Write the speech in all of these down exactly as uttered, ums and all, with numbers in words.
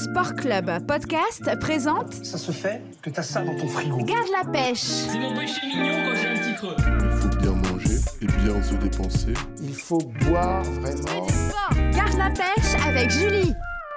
Sport Club Podcast présente. Ça se fait que t'as ça dans ton frigo. Garde la pêche. C'est mon péché mignon quand j'ai un petit creux. Il faut bien manger et bien se dépenser. Il faut boire vraiment. Garde la pêche avec Julie.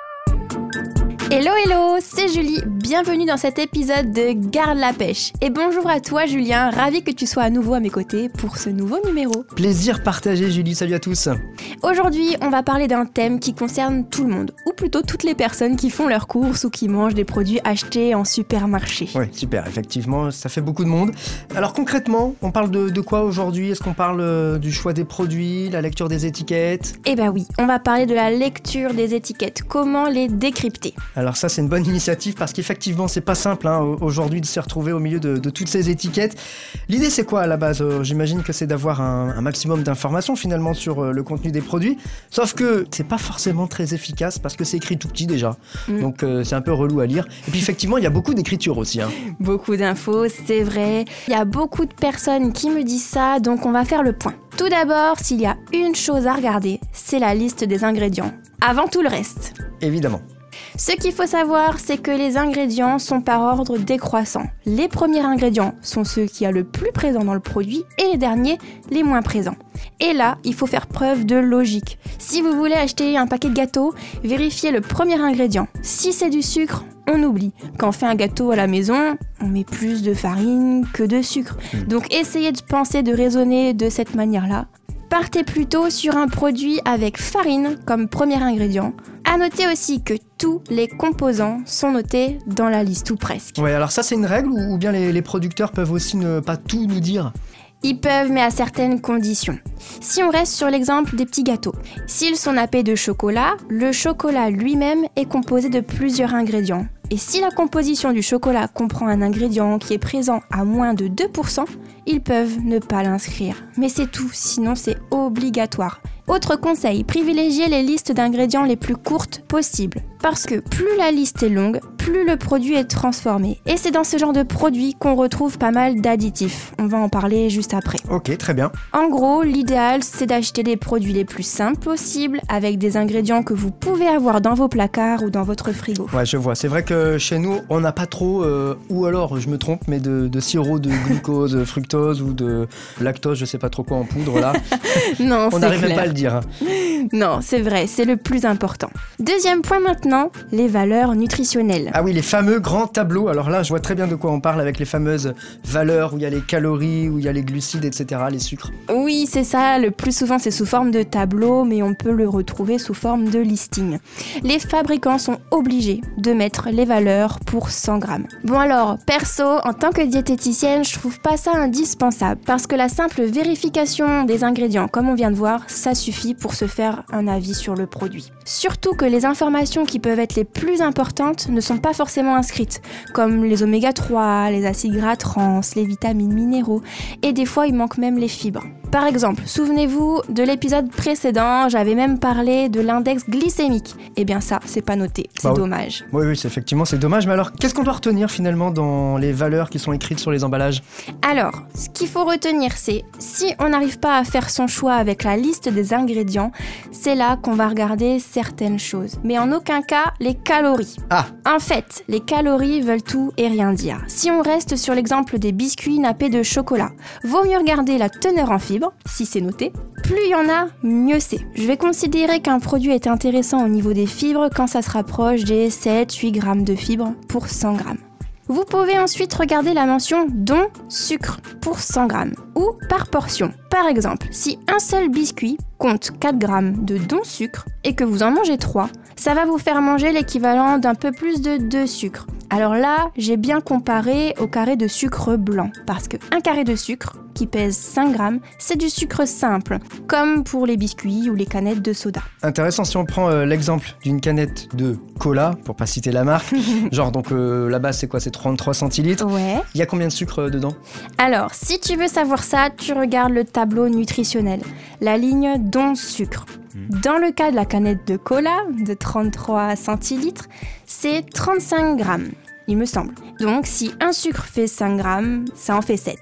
Hello hello, c'est Julie, bienvenue dans cet épisode de Garde la pêche. Et bonjour à toi Julien, ravi que tu sois à nouveau à mes côtés pour ce nouveau numéro. Plaisir partagé Julie, salut à tous. Aujourd'hui, on va parler d'un thème qui concerne tout le monde, ou plutôt toutes les personnes qui font leurs courses ou qui mangent des produits achetés en supermarché. Oui, super, effectivement, ça fait beaucoup de monde. Alors concrètement, on parle de, de quoi aujourd'hui ? Est-ce qu'on parle euh, du choix des produits, la lecture des étiquettes ? Eh ben oui, on va parler de la lecture des étiquettes, comment les décrypter. Alors ça, c'est une bonne initiative parce qu'effectivement, c'est pas simple hein, aujourd'hui de se retrouver au milieu de, de toutes ces étiquettes. L'idée, c'est quoi à la base ? euh, J'imagine que c'est d'avoir un, un maximum d'informations finalement sur euh, le contenu des produits. Sauf que c'est pas forcément très efficace parce que c'est écrit tout petit déjà. Mm. Donc euh, c'est un peu relou à lire. Et puis effectivement, il y a beaucoup d'écriture aussi. Hein. Beaucoup d'infos, c'est vrai. Il y a beaucoup de personnes qui me disent ça, donc on va faire le point. Tout d'abord, s'il y a une chose à regarder, c'est la liste des ingrédients. Avant tout le reste. Évidemment. Ce qu'il faut savoir, c'est que les ingrédients sont par ordre décroissant. Les premiers ingrédients sont ceux qui y a le plus présent dans le produit et les derniers, les moins présents. Et là, il faut faire preuve de logique. Si vous voulez acheter un paquet de gâteaux, vérifiez le premier ingrédient. Si c'est du sucre, on oublie. Quand on fait un gâteau à la maison, on met plus de farine que de sucre. Donc essayez de penser, de raisonner de cette manière-là. Partez plutôt sur un produit avec farine comme premier ingrédient. À noter aussi que tous les composants sont notés dans la liste, ou presque. Ouais, alors ça c'est une règle ou bien les, les producteurs peuvent aussi ne pas tout nous dire ? Ils peuvent, mais à certaines conditions. Si on reste sur l'exemple des petits gâteaux, s'ils sont nappés de chocolat, le chocolat lui-même est composé de plusieurs ingrédients. Et si la composition du chocolat comprend un ingrédient qui est présent à moins de deux pour cent, ils peuvent ne pas l'inscrire. Mais c'est tout, sinon c'est obligatoire. Autre conseil, privilégiez les listes d'ingrédients les plus courtes possibles. Parce que plus la liste est longue, plus le produit est transformé. Et c'est dans ce genre de produit qu'on retrouve pas mal d'additifs. On va en parler juste après. Ok, très bien. En gros, l'idéal, c'est d'acheter des produits les plus simples possibles, avec des ingrédients que vous pouvez avoir dans vos placards ou dans votre frigo. Ouais, je vois. C'est vrai que chez nous, on n'a pas trop, euh, ou alors, je me trompe, mais de, de sirop de glucose, fructose ou de lactose, je sais pas trop quoi en poudre, là. Non, c'est On n'arrive clair. même pas à le dire. Non, c'est vrai, c'est le plus important. Deuxième point maintenant, les valeurs nutritionnelles. Ah oui, les fameux grands tableaux. Alors là, je vois très bien de quoi on parle avec les fameuses valeurs où il y a les calories, où il y a les glucides, et cetera, les sucres. Oui, c'est ça. Le plus souvent, c'est sous forme de tableau, mais on peut le retrouver sous forme de listing. Les fabricants sont obligés de mettre les valeurs pour cent grammes. Bon alors, perso, en tant que diététicienne, je trouve pas ça indispensable, parce que la simple vérification des ingrédients, comme on vient de voir, ça suffit pour se faire un avis sur le produit. Surtout que les informations qui peuvent être les plus importantes ne sont pas forcément inscrites, comme les oméga trois, les acides gras trans, les vitamines, minéraux, et des fois il manque même les fibres. Par exemple, souvenez-vous de l'épisode précédent, j'avais même parlé de l'index glycémique. Eh bien ça, c'est pas noté, c'est bah oui. dommage. Oui, oui, c'est, effectivement, c'est dommage. Mais alors, qu'est-ce qu'on doit retenir finalement dans les valeurs qui sont écrites sur les emballages ? Alors, ce qu'il faut retenir, c'est si on n'arrive pas à faire son choix avec la liste des ingrédients, c'est là qu'on va regarder certaines choses. Mais en aucun cas, les calories. Ah ! En fait, les calories veulent tout et rien dire. Si on reste sur l'exemple des biscuits nappés de chocolat, vaut mieux regarder la teneur en fibres, si c'est noté. Plus il y en a, mieux c'est. Je vais considérer qu'un produit est intéressant au niveau des fibres quand ça se rapproche des sept à huit grammes de fibres pour cent grammes. Vous pouvez ensuite regarder la mention « don sucre » pour cent grammes ou par portion. Par exemple, si un seul biscuit compte quatre grammes de don sucre et que vous en mangez trois, ça va vous faire manger l'équivalent d'un peu plus de deux sucres. Alors là, j'ai bien comparé au carré de sucre blanc, parce qu'un carré de sucre qui pèse cinq grammes, c'est du sucre simple, comme pour les biscuits ou les canettes de soda. Intéressant, si on prend euh, l'exemple d'une canette de cola, pour pas citer la marque, genre donc euh, la base c'est quoi, c'est trente-trois centilitres. Ouais. Il y a combien de sucre euh, dedans ? Alors, si tu veux savoir ça, tu regardes le tableau nutritionnel, la ligne don sucre. Dans le cas de la canette de cola, de trente-trois centilitres, c'est trente-cinq grammes, il me semble. Donc, si un sucre fait cinq grammes, ça en fait sept.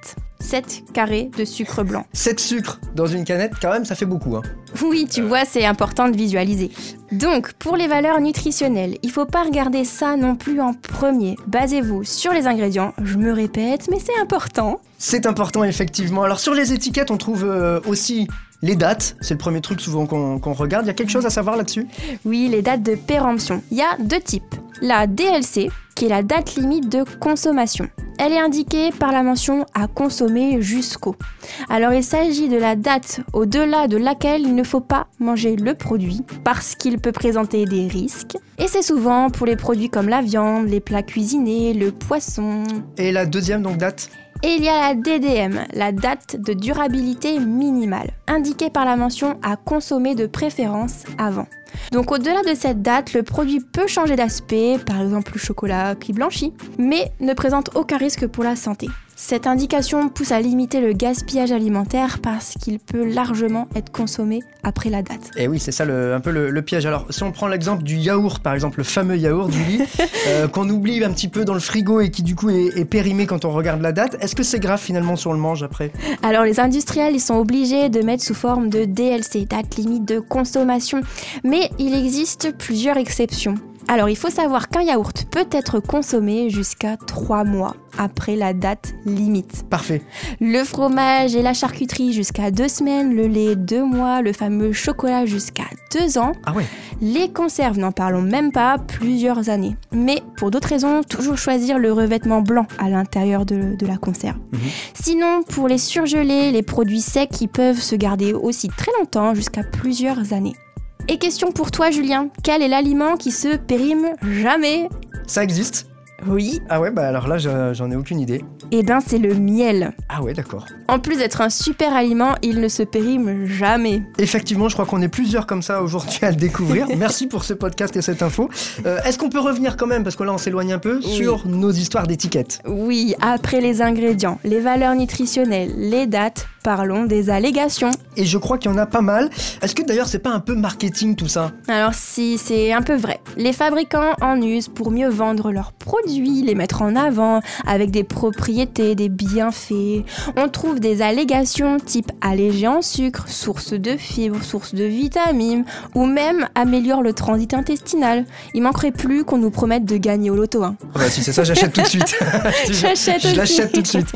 sept carrés de sucre blanc. sept sucres dans une canette, quand même, ça fait beaucoup. Hein. Oui, tu vois, c'est important de visualiser. Donc, pour les valeurs nutritionnelles, il faut pas regarder ça non plus en premier. Basez-vous sur les ingrédients, je me répète, mais c'est important. C'est important, effectivement. Alors, sur les étiquettes, on trouve euh, aussi les dates. C'est le premier truc souvent qu'on, qu'on regarde. Il y a quelque chose à savoir là-dessus ? Oui, les dates de péremption. Il y a deux types. La D L C, qui est la date limite de consommation. Elle est indiquée par la mention « à consommer jusqu'au ». Alors il s'agit de la date au-delà de laquelle il ne faut pas manger le produit parce qu'il peut présenter des risques. Et c'est souvent pour les produits comme la viande, les plats cuisinés, le poisson. Et la deuxième donc date ? Et il y a la D D M, la date de durabilité minimale, indiquée par la mention « à consommer de préférence avant ». Donc au-delà de cette date, le produit peut changer d'aspect, par exemple le chocolat qui blanchit, mais ne présente aucun risque pour la santé. Cette indication pousse à limiter le gaspillage alimentaire parce qu'il peut largement être consommé après la date. Et oui, c'est ça le, un peu le, le piège. Alors, si on prend l'exemple du yaourt, par exemple, le fameux yaourt, Julie, euh, qu'on oublie un petit peu dans le frigo et qui du coup est, est périmé quand on regarde la date, est-ce que c'est grave finalement si on le mange après ? Alors, les industriels, ils sont obligés de mettre sous forme de D L C, date limite de consommation, mais il existe plusieurs exceptions. Alors, il faut savoir qu'un yaourt peut être consommé jusqu'à trois mois après la date limite. Parfait. Le fromage et la charcuterie jusqu'à deux semaines, le lait deux mois, le fameux chocolat jusqu'à deux ans. Ah ouais. Les conserves, n'en parlons même pas, plusieurs années. Mais pour d'autres raisons, toujours choisir le revêtement blanc à l'intérieur de, de la conserve. Mmh. Sinon, pour les surgelés, les produits secs, ils peuvent se garder aussi très longtemps, jusqu'à plusieurs années. Et question pour toi, Julien, quel est l'aliment qui se périme jamais ? Ça existe ? Oui. Ah ouais, bah alors là, j'en ai aucune idée. Eh ben, c'est le miel. Ah ouais, d'accord. En plus d'être un super aliment, il ne se périme jamais. Effectivement, je crois qu'on est plusieurs comme ça aujourd'hui à le découvrir. Merci pour ce podcast et cette info. Euh, est-ce qu'on peut revenir quand même, parce que là on s'éloigne un peu, oui. sur nos histoires d'étiquettes ? Oui, après les ingrédients, les valeurs nutritionnelles, les dates, parlons des allégations. Et je crois qu'il y en a pas mal. Est-ce que d'ailleurs c'est pas un peu marketing tout ça ? Alors si, c'est un peu vrai. Les fabricants en usent pour mieux vendre leurs produits, les mettre en avant, avec des propriétés, des bienfaits. On trouve des allégations type allégé en sucre, source de fibres, source de vitamines, ou même améliore le transit intestinal. Il manquerait plus qu'on nous promette de gagner au loto. Hein. Ah bah si c'est ça, j'achète tout de suite. J'achète Je l'achète tout de suite.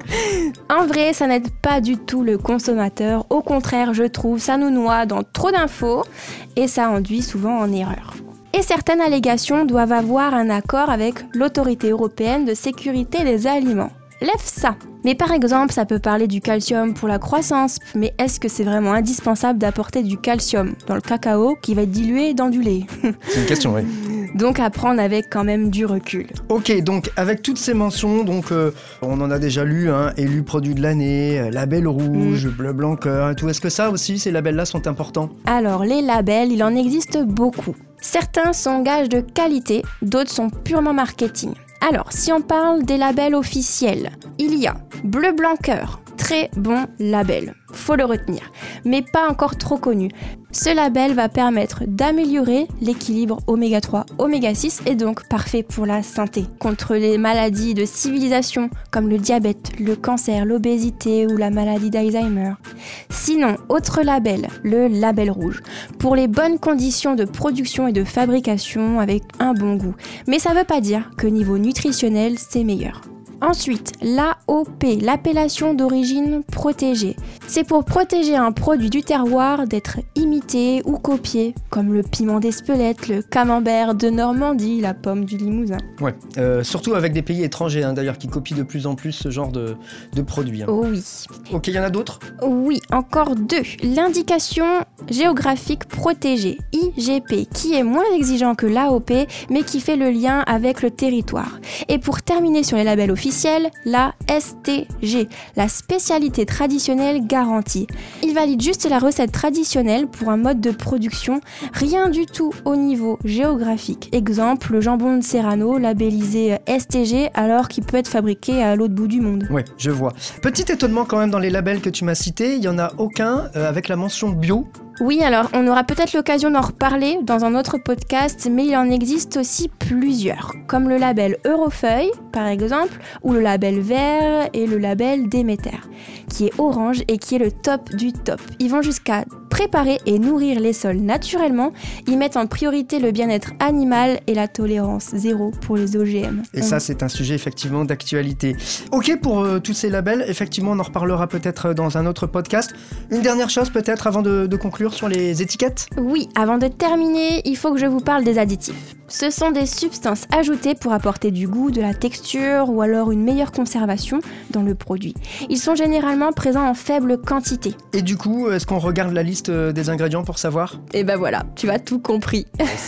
En vrai, ça n'aide pas du tout le consommateur. Au contraire, je trouve, ça nous noie dans trop d'infos et ça induit souvent en erreur. Et certaines allégations doivent avoir un accord avec l'Autorité européenne de sécurité des aliments, l'EFSA. Mais par exemple, ça peut parler du calcium pour la croissance, mais est-ce que c'est vraiment indispensable d'apporter du calcium dans le cacao qui va être dilué dans du lait ? C'est une question, oui. Donc à prendre avec quand même du recul. Ok, donc avec toutes ces mentions, donc euh, on en a déjà lu, hein, élu produit de l'année, euh, label rouge, mmh. bleu blanc cœur et tout. Est-ce que ça aussi, ces labels-là sont importants ? Alors les labels, il en existe beaucoup. Certains sont gages de qualité, d'autres sont purement marketing. Alors, si on parle des labels officiels, il y a Bleu Blanc Cœur, très bon label, faut le retenir, mais pas encore trop connu. Ce label va permettre d'améliorer l'équilibre oméga trois, oméga six et donc parfait pour la santé, contre les maladies de civilisation comme le diabète, le cancer, l'obésité ou la maladie d'Alzheimer. Sinon, autre label, le label rouge, pour les bonnes conditions de production et de fabrication avec un bon goût. Mais ça veut pas dire que niveau nutritionnel, c'est meilleur. Ensuite, l'A O P, l'appellation d'origine protégée. C'est pour protéger un produit du terroir d'être imité ou copié, comme le piment d'Espelette, le camembert de Normandie, la pomme du Limousin. Ouais, euh, surtout avec des pays étrangers hein, d'ailleurs qui copient de plus en plus ce genre de, de produits. Hein. Oh oui. Ok, il y en a d'autres ? Oui, encore deux. L'indication géographique protégée, I G P, qui est moins exigeant que l'A O P, mais qui fait le lien avec le territoire. Et pour terminer sur les labels officiels, la S T G, la spécialité traditionnelle garantie. Il valide juste la recette traditionnelle pour un mode de production, rien du tout au niveau géographique. Exemple, le jambon de Serrano, labellisé S T G, alors qu'il peut être fabriqué à l'autre bout du monde. Ouais, je vois. Petit étonnement quand même dans les labels que tu m'as cités, il n'y en a aucun euh, avec la mention bio. Oui, alors on aura peut-être l'occasion d'en reparler dans un autre podcast, mais il en existe aussi plusieurs, comme le label Eurofeuille, par exemple, ou le label Vert et le label Déméter, qui est orange et qui est le top du top. Ils vont jusqu'à préparer et nourrir les sols naturellement, ils mettent en priorité le bien-être animal et la tolérance zéro pour les O G M. Et ça, c'est un sujet effectivement d'actualité. Ok pour euh, tous ces labels, effectivement on en reparlera peut-être dans un autre podcast. Une dernière chose peut-être avant de, de conclure sur les étiquettes ? Oui, avant de terminer, il faut que je vous parle des additifs. Ce sont des substances ajoutées pour apporter du goût, de la texture ou alors une meilleure conservation dans le produit. Ils sont généralement présents en faible quantité. Et du coup, est-ce qu'on regarde la liste des ingrédients pour savoir ? Et ben voilà, tu as tout compris.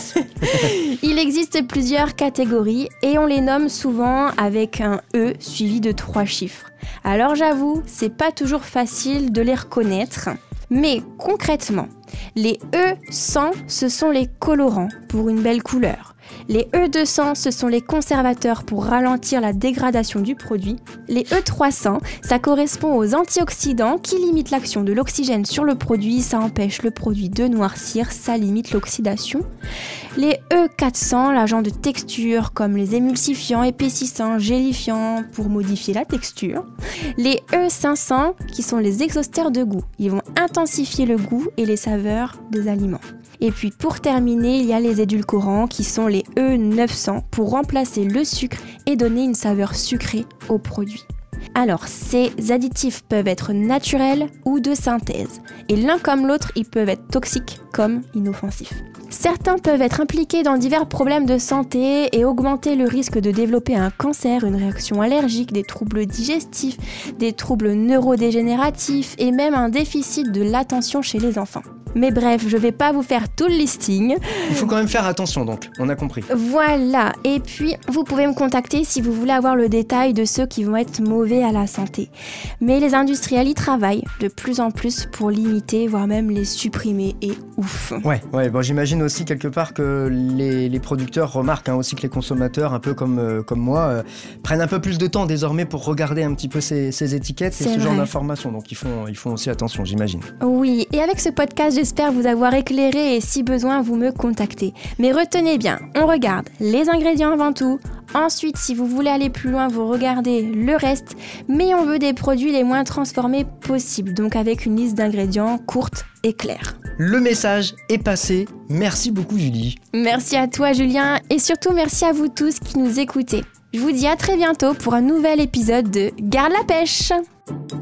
Il existe plusieurs catégories et on les nomme souvent avec un E suivi de trois chiffres. Alors j'avoue, c'est pas toujours facile de les reconnaître. Mais concrètement, les E cent, ce sont les colorants pour une belle couleur. Les E deux cents, ce sont les conservateurs pour ralentir la dégradation du produit. Les E trois cents, ça correspond aux antioxydants qui limitent l'action de l'oxygène sur le produit, ça empêche le produit de noircir, ça limite l'oxydation. Les E quatre cents, l'agent de texture comme les émulsifiants, épaississants, gélifiants pour modifier la texture. Les E cinq cents, qui sont les exhausteurs de goût, ils vont intensifier le goût et les saveurs des aliments. Et puis pour terminer, il y a les édulcorants qui sont les E neuf cents pour remplacer le sucre et donner une saveur sucrée au produit. Alors, ces additifs peuvent être naturels ou de synthèse. Et l'un comme l'autre, ils peuvent être toxiques comme inoffensifs. Certains peuvent être impliqués dans divers problèmes de santé et augmenter le risque de développer un cancer, une réaction allergique, des troubles digestifs, des troubles neurodégénératifs et même un déficit de l'attention chez les enfants. Mais bref, je vais pas vous faire tout le listing. Il faut quand même faire attention donc, on a compris. Voilà, et puis vous pouvez me contacter si vous voulez avoir le détail de ceux qui vont être mauvais à la santé. Mais les industriels y travaillent de plus en plus pour limiter, voire même les supprimer, et ouf. Ouais, ouais, bon, j'imagine aussi quelque part que les, les producteurs remarquent hein, aussi que les consommateurs, un peu comme, euh, comme moi, euh, prennent un peu plus de temps désormais pour regarder un petit peu ces, ces étiquettes et C'est ce vrai. genre d'informations. Donc ils font, ils font aussi attention, j'imagine. Oui, et avec ce podcast, j'espère vous avoir éclairé et si besoin, vous me contactez. Mais retenez bien, on regarde les ingrédients avant tout. Ensuite, si vous voulez aller plus loin, vous regardez le reste. Mais on veut des produits les moins transformés possibles, donc avec une liste d'ingrédients courte et claire. Le message est passé. Merci beaucoup Julie. Merci à toi Julien et surtout merci à vous tous qui nous écoutez. Je vous dis à très bientôt pour un nouvel épisode de Garde la pêche.